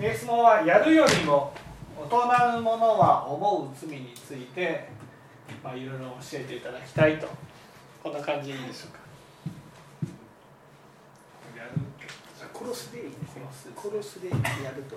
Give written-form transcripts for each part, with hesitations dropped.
質問はやるよりも大人のものは思う罪について、いろいろ教えていただきたいと。こんな感じでいいでしょうか。やる殺すでいいですね。殺すでやると。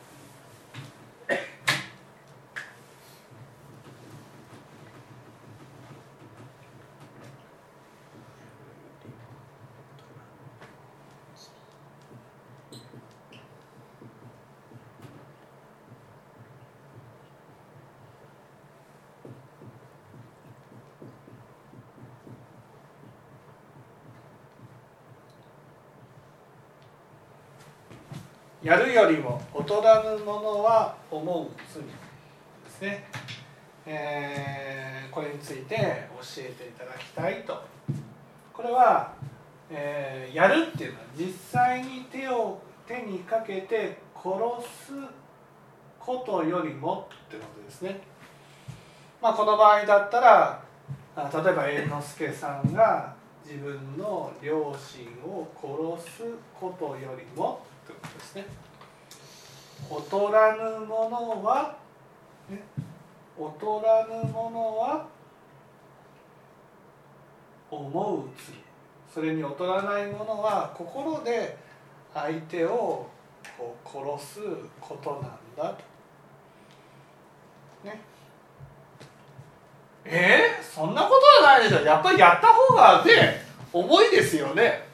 やるよりも劣らぬものは思う罪ですね。これについて教えていただきたいと。これは、やるっていうのは実際に手にかけて殺すことよりもってことですね。この場合だったら例えば猿之助さんが自分の両親を殺すことよりもということですね。劣らぬものは、劣らぬものは思う罪。それに劣らないものは心で相手を殺すことなんだと。そんなことはないでしょ。やっぱりやった方がね、重いですよね。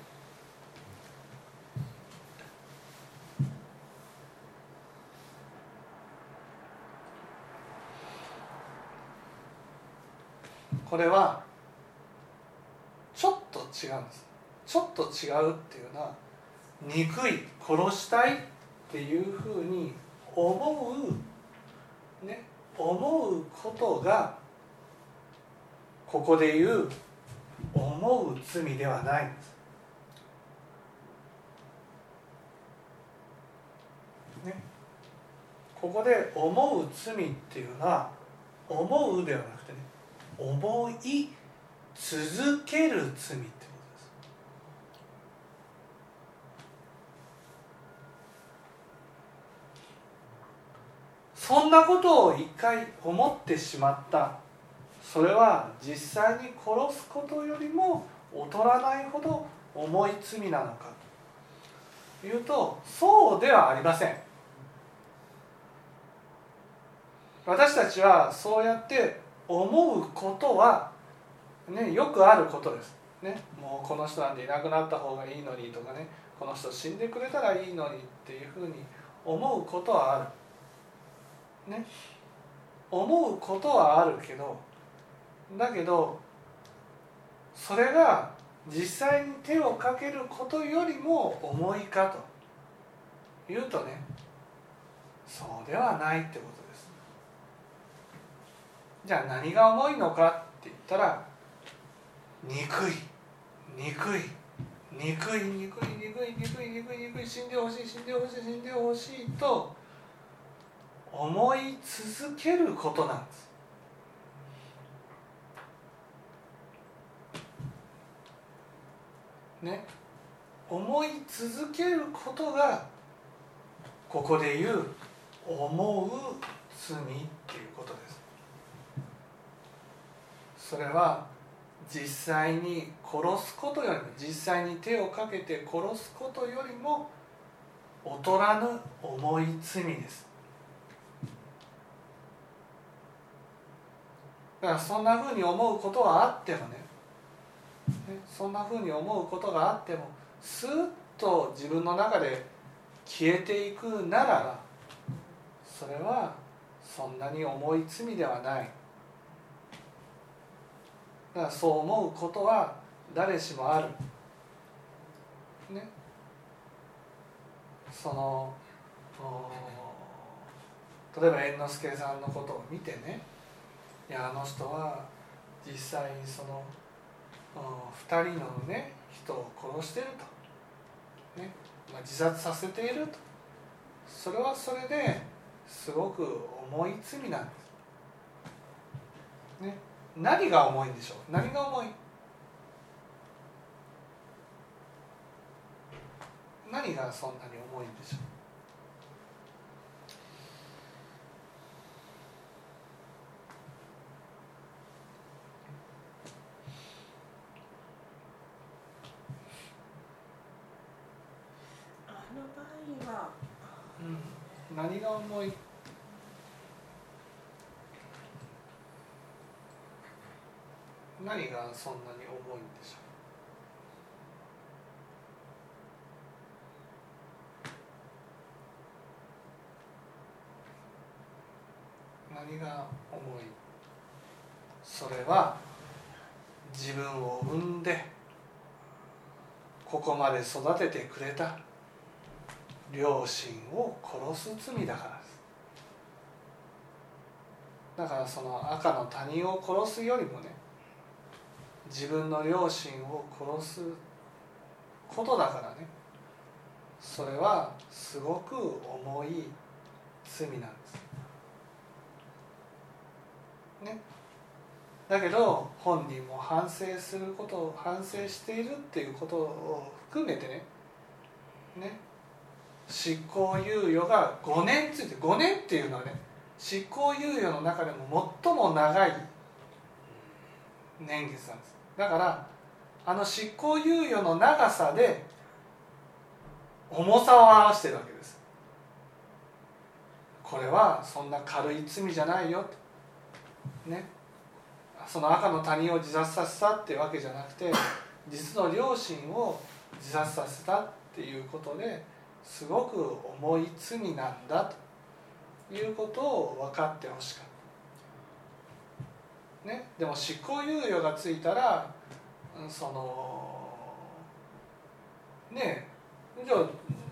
これはちょっと違うんです。ちょっと違うっていうのは、憎い、殺したいっていうふうに思うことがここで言う思う罪ではないんです。ここで思う罪っていうのは思うではなくて思い続ける罪ってことです。そんなことを一回思ってしまった。それは実際に殺すことよりも劣らないほど重い罪なのかというと、そうではありません。私たちはそうやって思うことは、よくあることです、もうこの人なんでいなくなった方がいいのにとかこの人死んでくれたらいいのにっていうふうに思うことはある。思うことはあるけど、だけどそれが実際に手をかけることよりも重いかというとそうではないってことです。じゃあ何が重いのかって言ったら、憎い死んでほしいと思い続けることなんです。思い続けることがここで言う思う罪っていうことです。それは実際に殺すことよりも、実際に手をかけて殺すことよりも劣らぬ重い罪です。だからそんなふうに思うことはあってもそんなふうに思うことがあってもスーッと自分の中で消えていくならば、それはそんなに重い罪ではない。だからそう思うことは誰しもある。例えば猿之助さんのことを見ていやあの人は実際にその2人の人を殺していると、自殺させていると。それはそれですごく重い罪なんです。何が重いんでしょう。何が重い？何がそんなに重いんでしょは、 何が重い？何がそんなに重いんでしょう？何が重い？それは自分を産んでここまで育ててくれた両親を殺す罪だからです。だからその赤の他人を殺すよりもね、自分の両親を殺すことだからね、それはすごく重い罪なんですね。だけど本人も反省しているっていうことを含めてね、執行猶予が5年ついて、5年っていうのはね、執行猶予の中でも最も長い年月なんです。だからあの執行猶予の長さで重さを表しているわけです。これはそんな軽い罪じゃないよね。その赤の他人を自殺させたっていうわけじゃなくて、実の両親を自殺させたっていうことですごく重い罪なんだということを分かってほしかった、ね。でも執行猶予がついたらそのねえ、じゃあ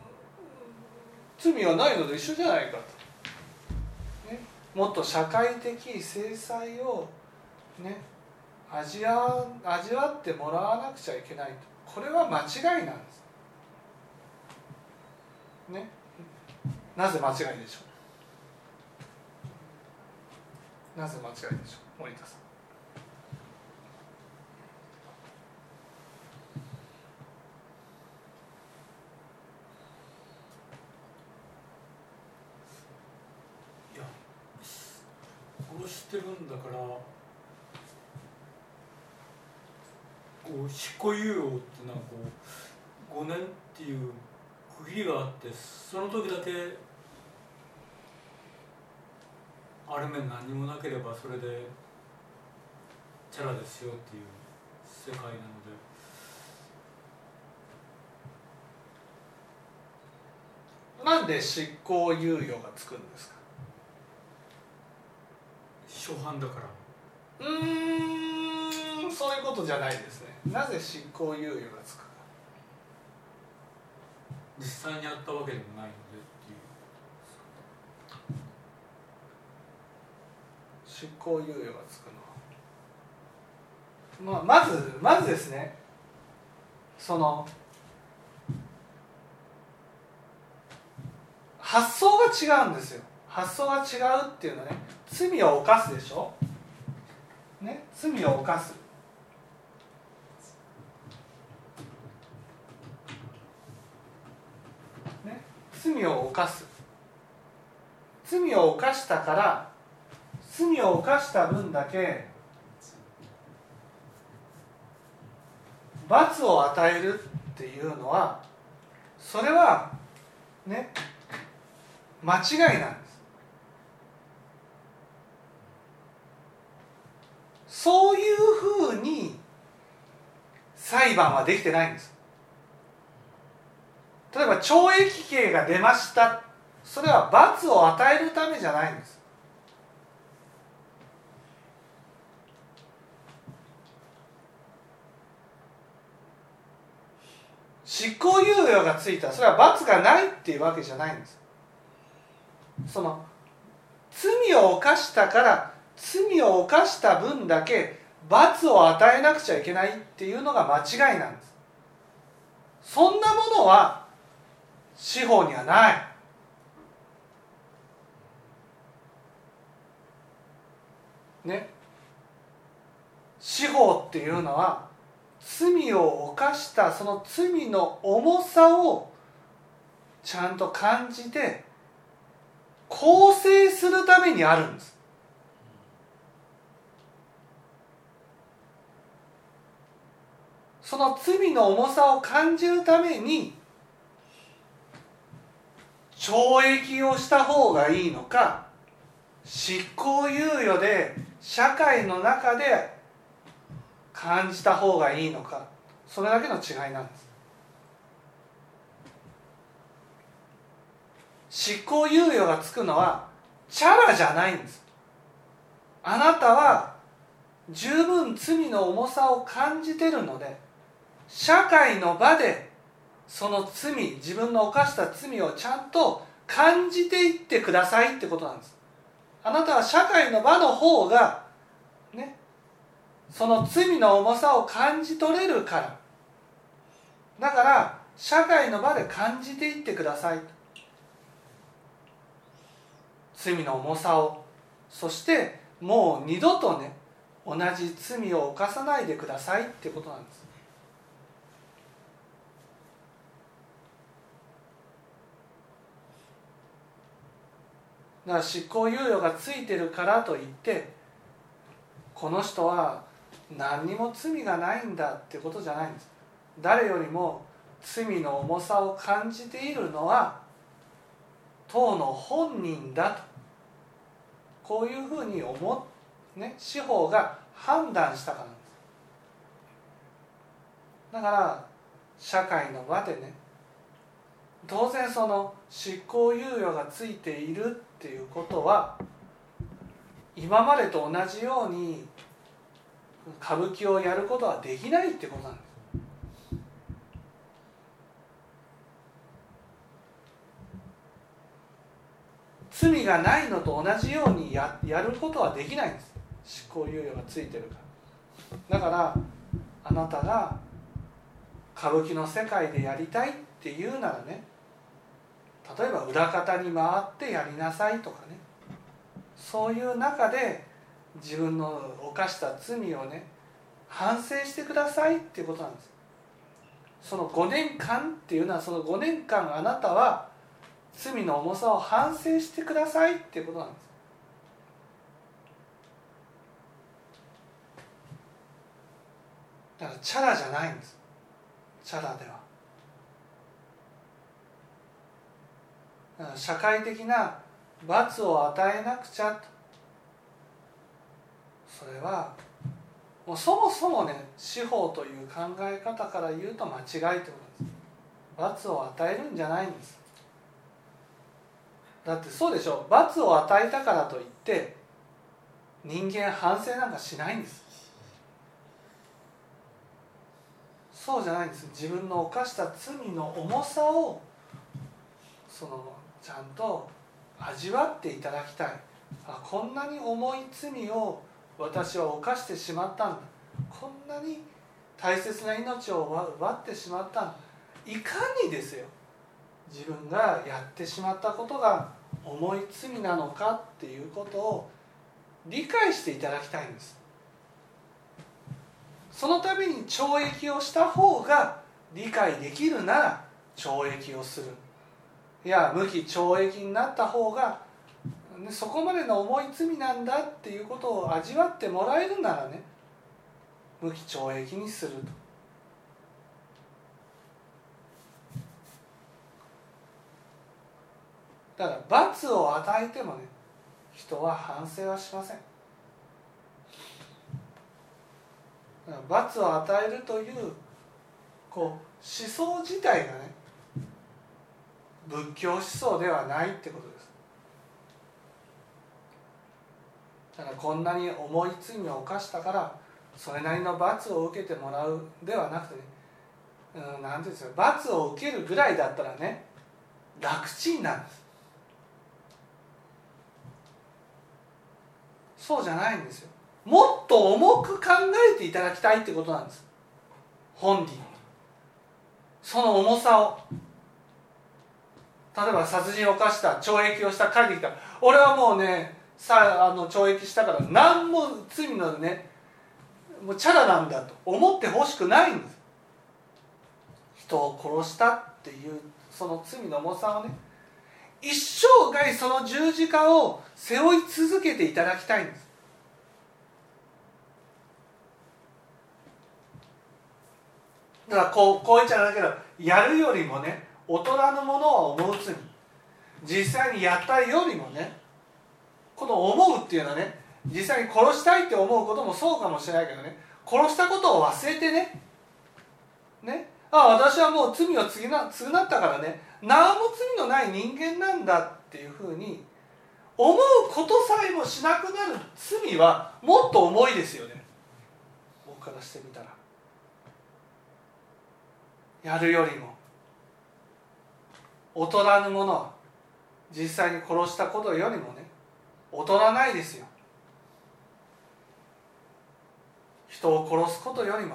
罪はないのと一緒じゃないかと、ね、もっと社会的制裁をね、味わってもらわなくちゃいけないと。これは間違いなんですね。なぜ間違いでしょう？なぜ間違いでしょう？森田さん。 いや、殺してるんだから執行猶予っていうのは5年っていう区切りがあって、その時だけある面何もなければそれでチャラですよっていう世界なので、 なんで執行猶予がつくんですか？ 初犯だから。 そういうことじゃないですね。なぜ執行猶予がつくか。 実際にあったわけでもないのでっていう。 執行猶予がつくのは、まずですね、その発想が違うんですよ。発想が違うっていうのはね、罪を犯すでしょ、ね、罪を犯す、ね、罪を犯す、罪を犯したから、罪を犯した分だけ罰を与えるっていうのは、それはね、間違いなんです。そういうふうに裁判はできてないんです。例えば懲役刑が出ました、それは罰を与えるためじゃないんです。執行猶予がついた、それは罰がないっていうわけじゃないんです。その罪を犯したから、罪を犯した分だけ罰を与えなくちゃいけないっていうのが間違いなんです。そんなものは司法にはない。ね。司法っていうのは罪を犯したその罪の重さをちゃんと感じて更生するためにあるんです。その罪の重さを感じるために懲役をした方がいいのか、執行猶予で社会の中で感じた方がいいのか、それだけの違いなんです。執行猶予がつくのはチャラじゃないんです。あなたは十分罪の重さを感じているので、社会の場でその罪、自分の犯した罪をちゃんと感じていってくださいってことなんです。あなたは社会の場の方がね、その罪の重さを感じ取れるから、だから社会の場で感じていってください。罪の重さを、そしてもう二度とね、同じ罪を犯さないでくださいってことなんです。だから執行猶予がついてるからといってこの人は何にも罪がないんだってことじゃないんです。誰よりも罪の重さを感じているのは当の本人だと、こういうふうに司法が判断したからなんです。だから社会の場でね、当然その執行猶予がついているっていうことは今までと同じように歌舞伎をやることはできないってことなんです。罪がないのと同じようにやることはできないんです。執行猶予がついてるから。だからあなたが歌舞伎の世界でやりたいっていうならね、例えば裏方に回ってやりなさいとかね、そういう中で自分の犯した罪をね反省してくださいっていうことなんです。その5年間っていうのは、その5年間あなたは罪の重さを反省してくださいっていうことなんです。だからチャラじゃないんです。チャラではだから社会的な罰を与えなくちゃと、それはもうそもそもね、司法という考え方から言うと間違いってことです。罰を与えるんじゃないんです。だってそうでしょ、罰を与えたからといって人間反省なんかしないんです。そうじゃないんです。自分の犯した罪の重さをちゃんと味わっていただきたい。こんなに重い罪を私は犯してしまったんだ、こんなに大切な命を奪ってしまったんだ、いかにですよ、自分がやってしまったことが重い罪なのかっていうことを理解していただきたいんです。そのために懲役をした方が理解できるなら懲役をする、いや無期懲役になった方がそこまでの重い罪なんだっていうことを味わってもらえるならね、無期懲役にすると。だから罰を与えてもね、人は反省はしません。だから罰を与えるという思想自体がね、仏教思想ではないってことです。だからこんなに重い罪を犯したからそれなりの罰を受けてもらうではなくてね、なんていうんですか、罰を受けるぐらいだったらね、楽ちんなんです。そうじゃないんですよ。もっと重く考えていただきたいってことなんです。本人にその重さを、例えば殺人を犯した、懲役をした、帰ってきた、俺はもうね懲役したから何も罪のねもうチャラなんだと思ってほしくないんです。人を殺したっていうその罪の重さをね、一生涯その十字架を背負い続けていただきたいんです。だからこう言っちゃうんだけど、やるよりもね、大人のものを思う罪、 実際にやったよりもね、この思うっていうのはね、実際に殺したいって思うこともそうかもしれないけどね、殺したことを忘れてね、私はもう罪を償ったからね、何も罪のない人間なんだっていうふうに思うことさえもしなくなる罪はもっと重いですよね、僕からしてみたら。やるよりも劣らぬものは実際に殺したことよりもね、劣らないですよ。人を殺すことよりも、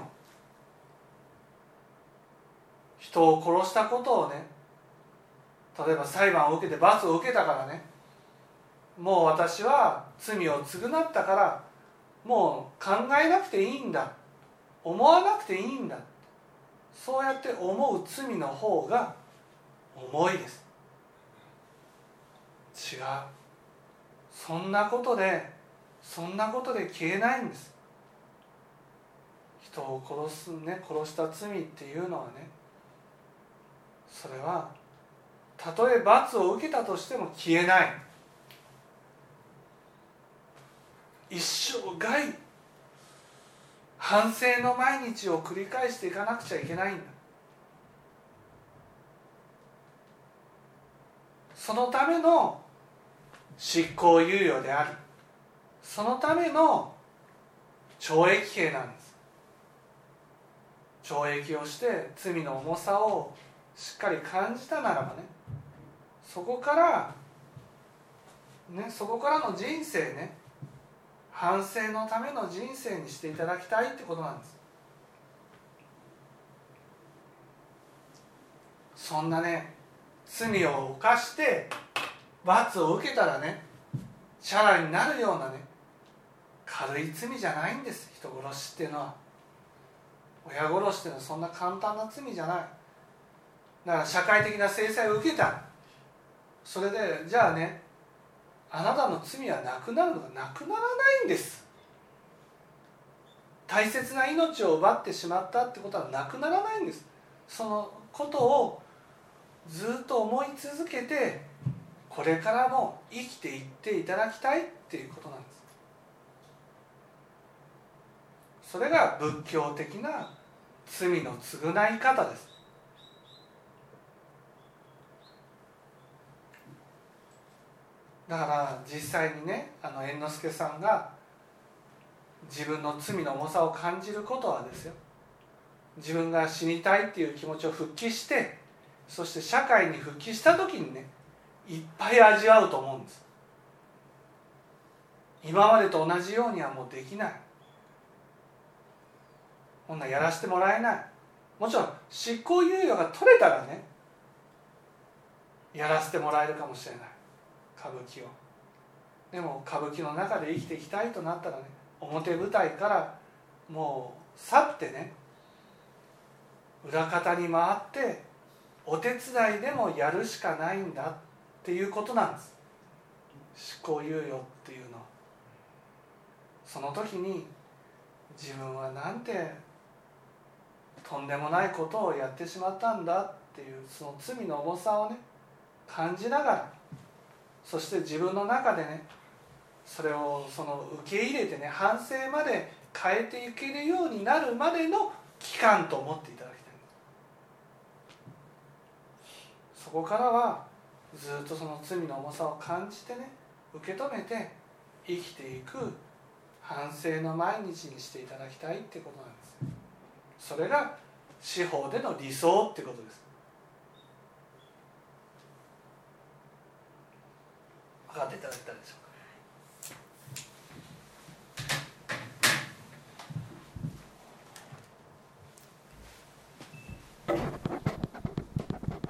人を殺したことをね、例えば裁判を受けて罰を受けたからね、もう私は罪を償ったからもう考えなくていいんだ、思わなくていいんだ、そうやって思う罪の方が重いです。違う。そんなことで消えないんです。人を殺した罪っていうのはね、それはたとえ罰を受けたとしても消えない。一生涯反省の毎日を繰り返していかなくちゃいけないんだ。そのための執行猶予であり、そのための懲役刑なんです。懲役をして罪の重さをしっかり感じたならばね、そこからの人生ね、反省のための人生にしていただきたいってことなんです。そんなね、罪を犯して罰を受けたらね、チャラになるようなね、軽い罪じゃないんです。人殺しっていうのは、親殺しっていうのはそんな簡単な罪じゃない。だから社会的な制裁を受けた、それでじゃあね、あなたの罪はなくなるのか、なくならないんです。大切な命を奪ってしまったってことはなくならないんです。そのことをずっと思い続けて、これからも生きていっていただきたいっていうことなんです。それが仏教的な罪の償い方です。だから実際にね、猿之助さんが自分の罪の重さを感じることはですよ、自分が死にたいっていう気持ちを復帰して、そして社会に復帰した時にね、いっぱい味わうと思うんです。今までと同じようにはもうできない、こんなやらせてもらえない。もちろん執行猶予が取れたらね、やらせてもらえるかもしれない、歌舞伎を。でも歌舞伎の中で生きていきたいとなったらね、表舞台からもう去ってね、裏方に回ってお手伝いでもやるしかないんだっていうことなんです。執行猶予っていうのは。その時に自分はなんてとんでもないことをやってしまったんだっていう、その罪の重さをね感じながら、そして自分の中でね、それを受け入れてね、反省まで変えていけるようになるまでの期間と思っていただきたい。そこからはずっとその罪の重さを感じてね、受け止めて生きていく反省の毎日にしていただきたいってことなんです。それが司法での理想ってことです。分かっていただけたでしょうか。